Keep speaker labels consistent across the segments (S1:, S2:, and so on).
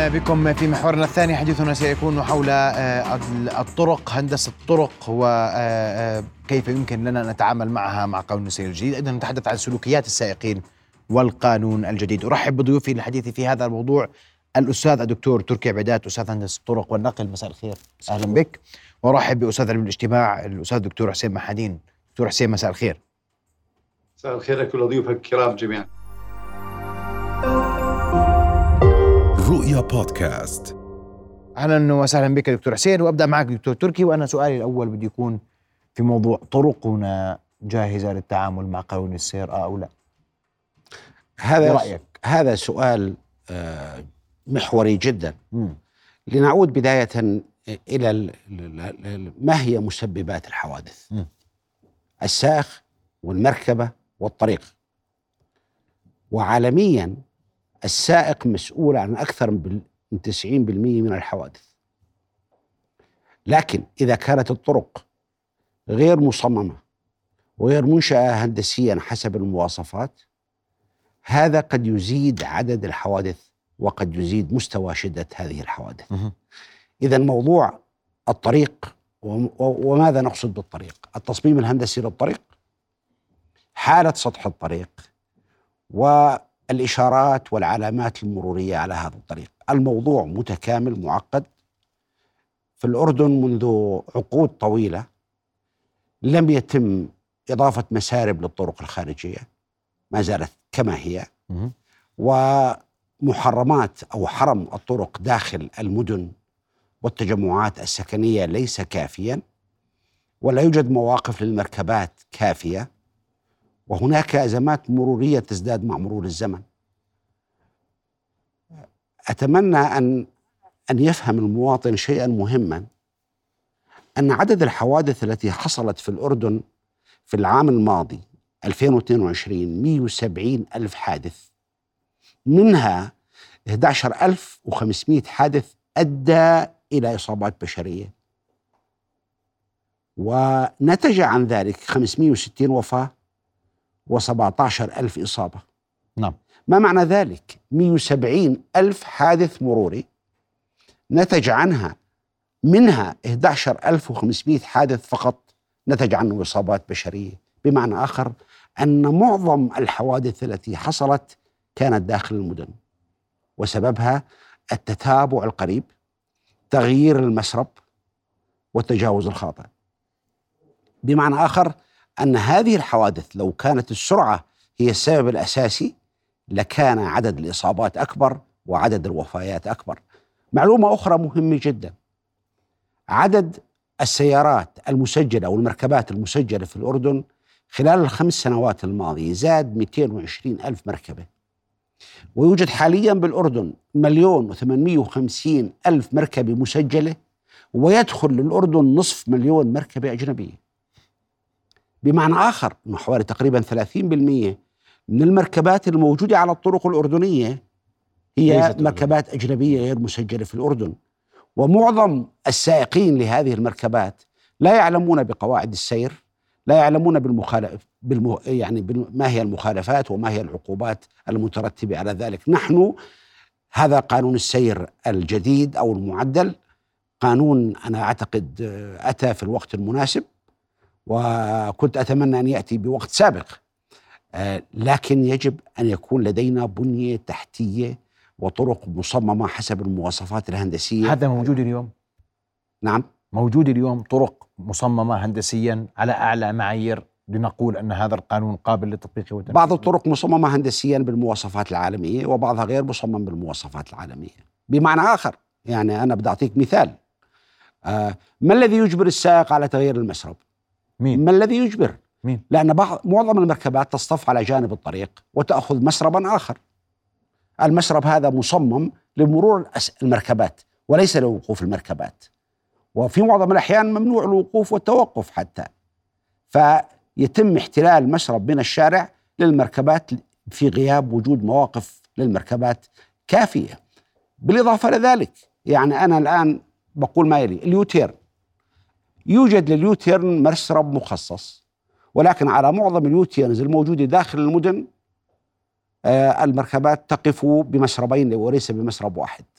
S1: بكم في محورنا الثاني. حديثنا سيكون حول الطرق، هندسة الطرق، وكيف يمكن لنا أن نتعامل معها مع قانون السير الجديد. أيضا نتحدث عن سلوكيات السائقين والقانون الجديد. أرحب بضيوفي للحديث في هذا الموضوع الأستاذ الدكتور تركي عبيدات، أستاذ هندسة الطرق والنقل. مساء الخير، أهلا بك. وأرحب بأستاذ علم الاجتماع الأستاذ الدكتور حسين محادين. دكتور حسين، مساء الخير.
S2: مساء الخير لكل ضيوفك الكرام جميعا.
S3: رؤيا بودكاست.
S1: أهلا وسهلا بك دكتور حسين، وأبدأ معك دكتور تركي. وأنا سؤالي الأول بدي يكون في موضوع طرقنا جاهزة للتعامل مع قانون السير أو لا؟
S4: هذا سؤال محوري جدا. لنعود بداية إلى ما هي مسببات الحوادث؟ السائق والمركبة والطريق. وعالميا السائق مسؤول عن أكثر من 90% من الحوادث. لكن إذا كانت الطرق غير مصممة وغير منشأة هندسيا حسب المواصفات، هذا قد يزيد عدد الحوادث وقد يزيد مستوى شدة هذه الحوادث. إذن موضوع الطريق، وماذا نقصد بالطريق؟ التصميم الهندسي للطريق، حالة سطح الطريق، والإشارات والعلامات المرورية على هذا الطريق. الموضوع متكامل معقد. في الأردن منذ عقود طويلة لم يتم إضافة مسارب للطرق الخارجية، ما زالت كما هي. ومحرمات أو حرم الطرق داخل المدن والتجمعات السكنية ليس كافيا، ولا يوجد مواقف للمركبات كافية، وهناك أزمات مرورية تزداد مع مرور الزمن. أتمنى أن يفهم المواطن شيئا مهما، أن عدد الحوادث التي حصلت في الأردن في العام الماضي 2022 170 ألف حادث، منها 11,500 حادث أدى إلى إصابات بشرية، ونتج عن ذلك 560 وفاة و17 ألف إصابة.
S1: نعم.
S4: ما معنى ذلك؟ 170 ألف حادث مروري نتج عنها، منها 11,500 حادث فقط نتج عنه إصابات بشرية. بمعنى آخر أن معظم الحوادث التي حصلت كانت داخل المدن، وسببها التتابع القريب، تغيير المسرب، والتجاوز الخاطئ. بمعنى آخر أن هذه الحوادث لو كانت السرعة هي السبب الأساسي لكان عدد الإصابات أكبر وعدد الوفيات أكبر. معلومة أخرى مهمة جدا، عدد السيارات المسجلة والمركبات المسجلة في الأردن خلال ال5 سنوات الماضية زاد 220 ألف مركبة، ويوجد حاليا بالأردن 1,850,000 مركبة مسجلة، ويدخل للأردن 500,000 مركبة أجنبية. بمعنى آخر أنه حوالي تقريبا 30% من المركبات الموجودة على الطرق الأردنية هي مركبات أجنبية غير مسجلة في الأردن. ومعظم السائقين لهذه المركبات لا يعلمون بقواعد السير، لا يعلمون ما هي المخالفات وما هي العقوبات المترتبة على ذلك. نحن هذا قانون السير الجديد أو المعدل، قانون أنا أعتقد أتى في الوقت المناسب، وكنت أتمنى أن يأتي بوقت سابق، لكن يجب أن يكون لدينا بنية تحتية وطرق مصممة حسب المواصفات الهندسية.
S1: هذا موجود اليوم؟
S4: نعم،
S1: موجود اليوم طرق مصممة هندسيا على أعلى معايير لنقول أن هذا القانون قابل للتطبيق والتنفيذ.
S4: بعض الطرق مصممة هندسيا بالمواصفات العالمية، وبعضها غير مصمم بالمواصفات العالمية. بمعنى آخر، يعني أنا بدي أعطيك مثال. ما الذي يجبر السائق على تغيير المسرب؟
S1: مين؟
S4: ما الذي يجبر؟
S1: مين؟
S4: لأن معظم المركبات تصطف على جانب الطريق وتأخذ مسربا آخر. المسرب هذا مصمم لمرور المركبات وليس لوقوف المركبات، وفي معظم الأحيان ممنوع الوقوف والتوقف حتى، فيتم احتلال مسرب من الشارع للمركبات في غياب وجود مواقف للمركبات كافية. بالإضافة لذلك، يعني أنا الآن بقول ما يلي: اليوتيرن، يوجد لليوتيرن مسرب مخصص، ولكن على معظم اليوتيرنز الموجودة داخل المدن المركبات تقف بمسربين وليس بمسرب واحد.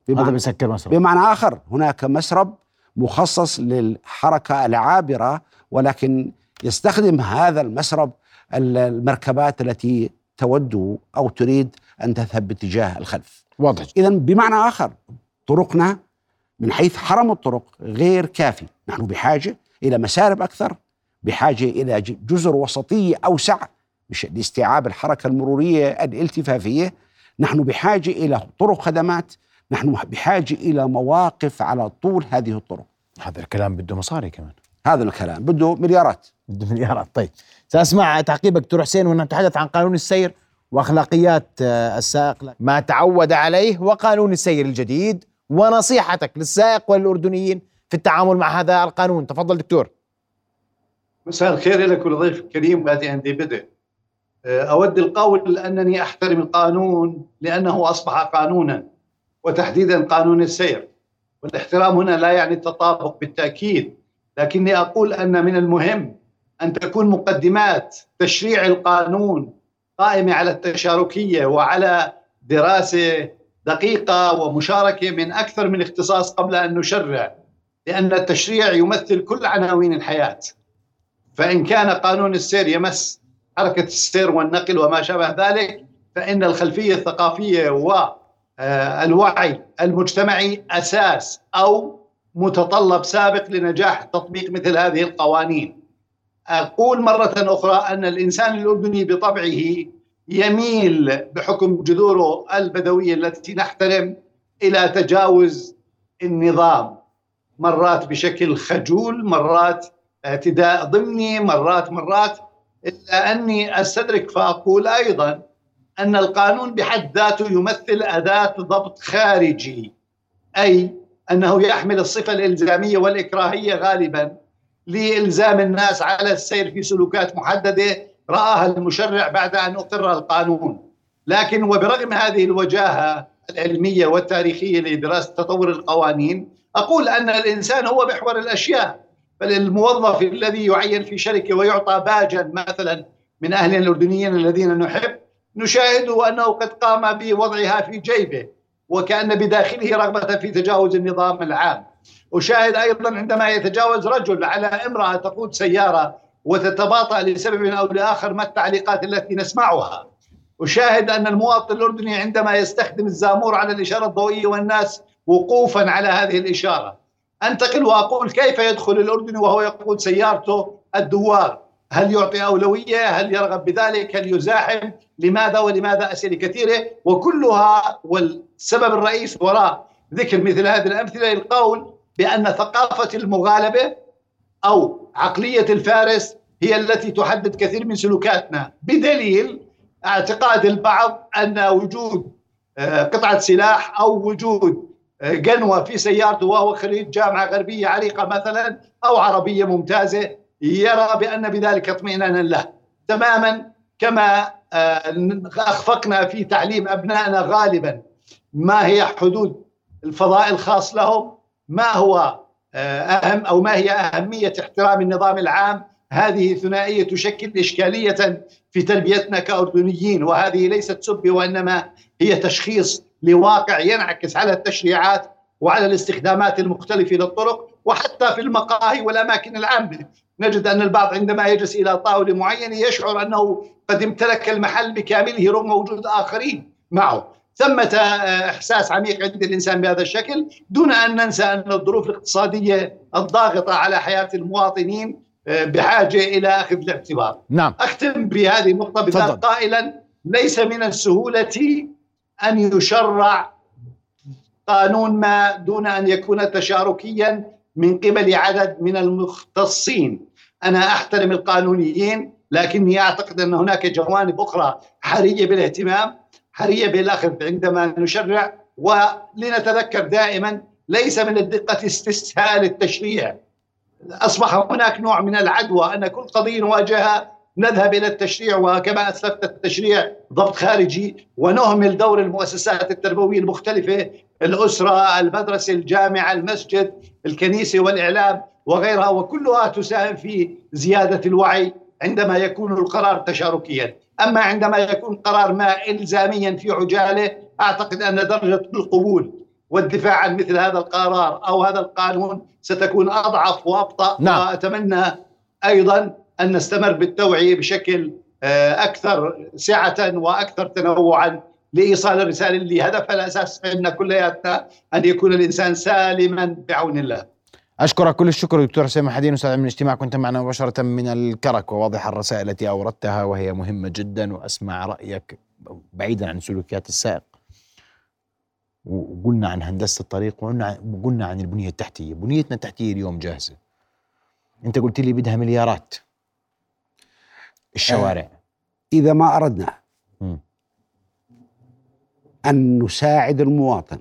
S1: هذا بيسكر مسرب.
S4: بمعنى آخر هناك مسرب مخصص للحركة العابرة، ولكن يستخدم هذا المسرب المركبات التي تود أو تريد أن تذهب باتجاه الخلف.
S1: واضح.
S4: إذن بمعنى آخر طرقنا من حيث حرم الطرق غير كافي، نحن بحاجة إلى مسارب أكثر، بحاجة إلى جزر وسطية أوسع لاستيعاب الحركة المرورية الالتفافية، نحن بحاجة إلى طرق خدمات، نحن بحاجة إلى مواقف على طول هذه الطرق.
S1: هذا الكلام بده مصاري كمان،
S4: هذا الكلام بده مليارات.
S1: طيب سأسمع تعقيبك دكتور حسين ونتحدث عن قانون السير وأخلاقيات السائق ما تعود عليه وقانون السير الجديد ونصيحتك للسائق والأردنيين في التعامل مع هذا القانون. تفضل دكتور.
S2: مساء الخير لك ولضيف الكريم. بادئ عندي بدء أود القول أنني أحترم القانون لأنه أصبح قانونا، وتحديدا قانون السير، والاحترام هنا لا يعني التطابق بالتأكيد، لكني أقول أن من المهم أن تكون مقدمات تشريع القانون قائمة على التشاركية وعلى دراسة دقيقة ومشاركة من أكثر من اختصاص قبل أن نشرع، لأن التشريع يمثل كل عناوين الحياة. فإن كان قانون السير يمس حركة السير والنقل وما شابه ذلك، فإن الخلفية الثقافية والوعي المجتمعي أساس أو متطلب سابق لنجاح تطبيق مثل هذه القوانين. أقول مرة أخرى أن الإنسان الأردني بطبعه يميل بحكم جذوره البدوية التي نحترم إلى تجاوز النظام، مرات بشكل خجول، مرات اعتداء ضمني، مرات إلا أني أستدرك فأقول أيضا أن القانون بحد ذاته يمثل أداة ضبط خارجي، أي أنه يحمل الصفة الإلزامية والإكراهية غالبا لإلزام الناس على السير في سلوكات محددة رآها المشرع بعد أن أقر القانون. لكن وبرغم هذه الوجاهة العلمية والتاريخية لدراسة تطور القوانين، أقول أن الإنسان هو محور الأشياء. فالموظف الذي يعين في شركة ويعطى باجا مثلا من أهلنا الأردنيين الذين نحب، نشاهد أنه قد قام بوضعها في جيبه وكأن بداخله رغبة في تجاوز النظام العام. أشاهد أيضا عندما يتجاوز رجل على امرأة تقود سيارة وتتباطأ لسبب أو لآخر ما التعليقات التي نسمعها. أشاهد أن المواطن الأردني عندما يستخدم الزامور على الإشارة الضوئية والناس وقوفا على هذه الإشارة. أنتقل وأقول كيف يدخل الأردني وهو يقود سيارته الدوار؟ هل يعطي أولوية؟ هل يرغب بذلك؟ هل يزاحم؟ لماذا ولماذا؟ أسئلة كثيرة، وكلها والسبب الرئيس وراء ذكر مثل هذه الأمثلة القول بأن ثقافة المغالبة أو عقلية الفارس هي التي تحدد كثير من سلوكاتنا، بدليل اعتقاد البعض أن وجود قطعة سلاح أو وجود قنوة في سيارته وهو خريج جامعة غربية عريقة مثلا أو عربية ممتازة يرى بأن بذلك اطمئنانا له، تماما كما أخفقنا في تعليم أبنائنا غالبا ما هي حدود الفضاء الخاص لهم، ما هو أهم أو ما هي أهمية احترام النظام العام. هذه ثنائية تشكل إشكالية في تربيتنا كأردنيين، وهذه ليست سب وإنما هي تشخيص لواقع ينعكس على التشريعات وعلى الاستخدامات المختلفة للطرق. وحتى في المقاهي والأماكن العامة نجد أن البعض عندما يجلس إلى طاولة معينة يشعر أنه قد امتلك المحل بكامله رغم وجود آخرين معه. ثمة إحساس عميق عند الإنسان بهذا الشكل، دون أن ننسى أن الظروف الاقتصادية الضاغطة على حياة المواطنين بحاجة إلى أخذ الاعتبار.
S1: نعم.
S2: أختم بهذه النقطة بذات قائلا ليس من السهولة أن يشرع قانون ما دون أن يكون تشاركيا من قبل عدد من المختصين. أنا أحترم القانونيين، لكني أعتقد أن هناك جوانب أخرى حرية بالاهتمام، حرية بالأخذ عندما نشرع. ولنتذكر دائما ليس من الدقة استسهال التشريع. أصبح هناك نوع من العدوى أن كل قضية نواجهها نذهب إلى التشريع، وكما أسلفت التشريع ضبط خارجي، ونهمل دور المؤسسات التربوية المختلفة، الأسرة، المدرسة، الجامعة، المسجد، الكنيسة والإعلام وغيرها، وكلها تساهم في زيادة الوعي عندما يكون القرار تشاركيا. أما عندما يكون قرار ما إلزاميا في عجالة، أعتقد أن درجة القبول والدفاع عن مثل هذا القرار أو هذا القانون ستكون أضعف وأبطأ.
S1: نعم.
S2: وأتمنى أيضا أن نستمر بالتوعية بشكل أكثر سعة وأكثر تنوعا لإيصال الرسالة اللي هدفها الأساس عندنا كلياتنا أن يكون الإنسان سالما بعون الله.
S1: أشكرك كل الشكر دكتور حسين محدين، وسعد من الاجتماع. كنت معنا مباشرة من الكرك، وواضح الرسائل التي أوردتها وهي مهمة جدا، وأسمع رأيك بعيدا عن سلوكيات السائق. وقلنا عن هندسة الطريق، وقلنا عن البنية التحتية. بنيتنا التحتية اليوم جاهزة، أنت قلت لي بدها مليارات. الشوارع
S4: إذا ما أردنا أن نساعد المواطن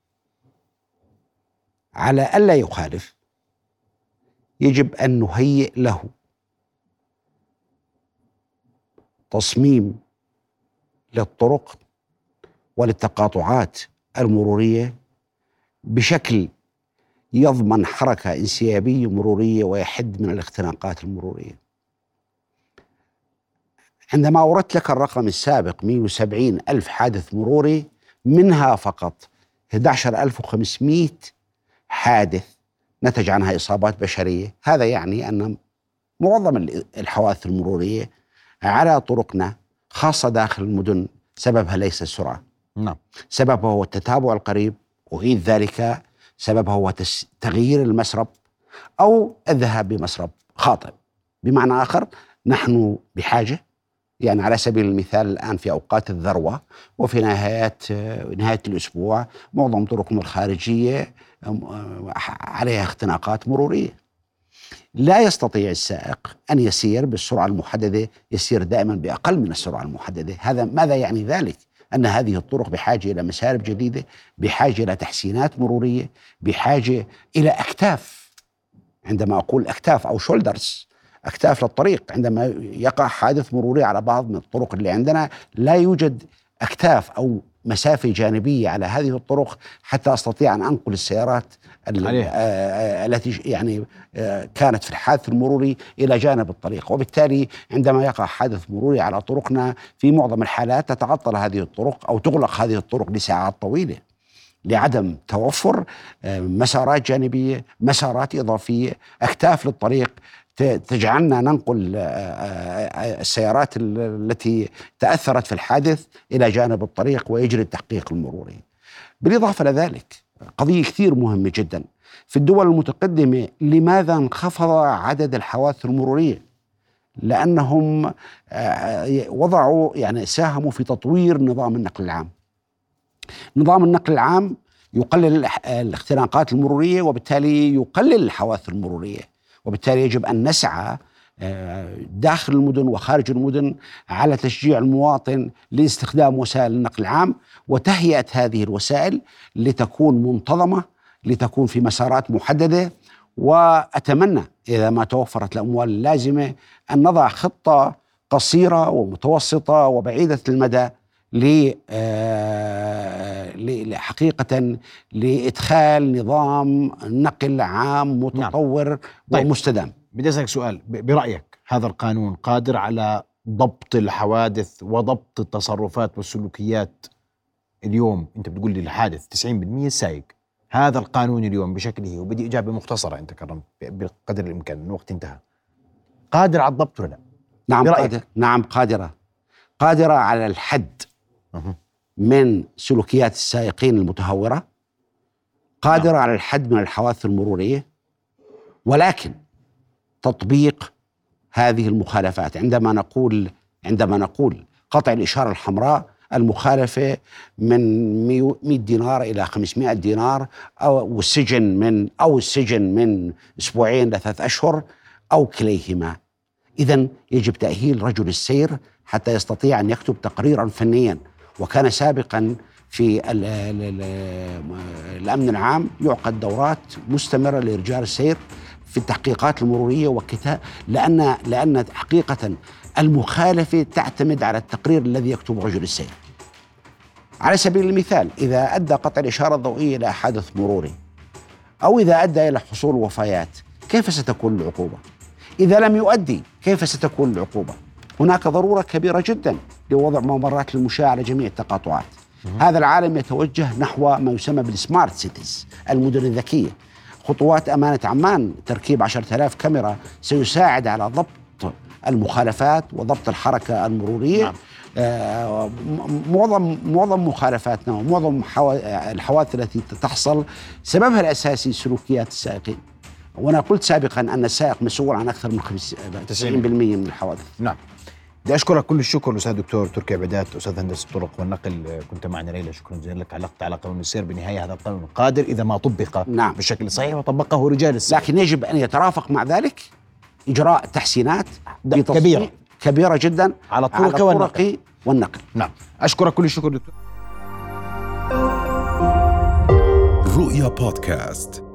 S4: على ألا يخالف، يجب أن نهيئ له تصميم للطرق وللتقاطعات المرورية بشكل يضمن حركة انسيابية مرورية ويحد من الاختناقات المرورية. عندما أوردت لك الرقم السابق 170 ألف حادث مروري، منها فقط 11,500 حادث نتج عنها إصابات بشرية. هذا يعني أن معظم الحوادث المرورية على طرقنا خاصة داخل المدن سببها ليس السرعة.
S1: نعم.
S4: سببها هو التتابع القريب، وغير ذلك سببها هو تغيير المسرب أو الذهاب بمسرب خاطئ. بمعنى آخر، نحن بحاجة، يعني على سبيل المثال الآن في أوقات الذروة وفي نهاية الأسبوع معظم طرقنا الخارجية عليها اختناقات مرورية. لا يستطيع السائق أن يسير بالسرعة المحددة، يسير دائما بأقل من السرعة المحددة. هذا ماذا يعني ذلك؟ أن هذه الطرق بحاجة إلى مسارب جديدة، بحاجة إلى تحسينات مرورية، بحاجة إلى أكتاف. عندما أقول أكتاف أو شولدرز، أكتاف للطريق. عندما يقع حادث مروري على بعض من الطرق اللي عندنا لا يوجد أكتاف أو مسافة جانبية على هذه الطرق حتى أستطيع أن أنقل السيارات التي يعني كانت في الحادث المروري إلى جانب الطريق. وبالتالي عندما يقع حادث مروري على طرقنا في معظم الحالات تتعطل هذه الطرق أو تغلق هذه الطرق لساعات طويلة لعدم توفر مسارات جانبية، مسارات إضافية، أكتاف للطريق تجعلنا ننقل السيارات التي تأثرت في الحادث إلى جانب الطريق ويجري التحقيق المروري. بالإضافة لذلك قضية كثير مهمة جدا في الدول المتقدمة، لماذا انخفض عدد الحوادث المرورية؟ لأنهم وضعوا يعني ساهموا في تطوير نظام النقل العام. نظام النقل العام يقلل الاختناقات المرورية وبالتالي يقلل الحوادث المرورية، وبالتالي يجب أن نسعى داخل المدن وخارج المدن على تشجيع المواطن لاستخدام وسائل النقل العام وتهيئة هذه الوسائل لتكون منتظمة، لتكون في مسارات محددة. وأتمنى إذا ما توفرت الأموال اللازمة أن نضع خطة قصيرة ومتوسطة وبعيدة المدى حقيقة لإدخال نظام نقل عام متطور. نعم. طيب. ومستدام.
S1: بدي أسألك سؤال، برأيك هذا القانون قادر على ضبط الحوادث وضبط التصرفات والسلوكيات اليوم؟ أنت بتقول لي الحادث 90% السائق. هذا القانون اليوم بشكله، وبدي إجابة مختصرة أنت كرمت بقدر الإمكان، الوقت انتهى، قادر على الضبط ولا لا؟
S4: نعم قادر. نعم قادرة على الحد من سلوكيات السائقين المتهورة، قادرة
S1: نعم.
S4: على الحد من الحوادث المرورية، ولكن تطبيق هذه المخالفات عندما نقول قطع الإشارة الحمراء، المخالفة من 100 دينار إلى 500 دينار أو السجن من أسبوعين ل3 أشهر أو كليهما. إذن يجب تأهيل رجل السير حتى يستطيع أن يكتب تقريرا فنيا. وكان سابقا في الأمن العام يعقد دورات مستمرة لرجال السير في التحقيقات المرورية لأن حقيقة المخالفة تعتمد على التقرير الذي يكتبه رجل السير. على سبيل المثال، إذا أدى قطع الإشارة الضوئية إلى حادث مروري أو إذا أدى إلى حصول وفيات، كيف ستكون العقوبة؟ إذا لم يؤدي، كيف ستكون العقوبة؟ هناك ضرورة كبيرة جدا لوضع ممرات للمشاة على جميع التقاطعات. هذا العالم يتوجه نحو ما يسمى بالسمارت سيتيز، المدن الذكية. خطوات أمانة عمان تركيب 10,000 كاميرا سيساعد على ضبط المخالفات وضبط الحركة المرورية.
S1: نعم.
S4: معظم مخالفاتنا ومعظم الحوادث التي تحصل سببها الأساسي سلوكيات السائقين. وأنا قلت سابقا أن السائق مسؤول عن أكثر من 90% من الحوادث.
S1: نعم. بدي أشكرك كل الشكر الأستاذ دكتور تركي عبيدات، أستاذ هندسة الطرق والنقل، كنت معنا ليلى. شكرا جزيلا لك. علقت على قانون السير. بالنهاية هذا القانون قادر إذا ما طبق
S4: نعم.
S1: بالشكل الصحيح وطبقه رجال السير،
S4: لكن يجب أن يترافق مع ذلك إجراء تحسينات كبيرة جدا
S1: على الطرق
S4: والنقل.
S1: نعم. أشكرك كل الشكر دكتور.
S3: رؤيا بودكاست.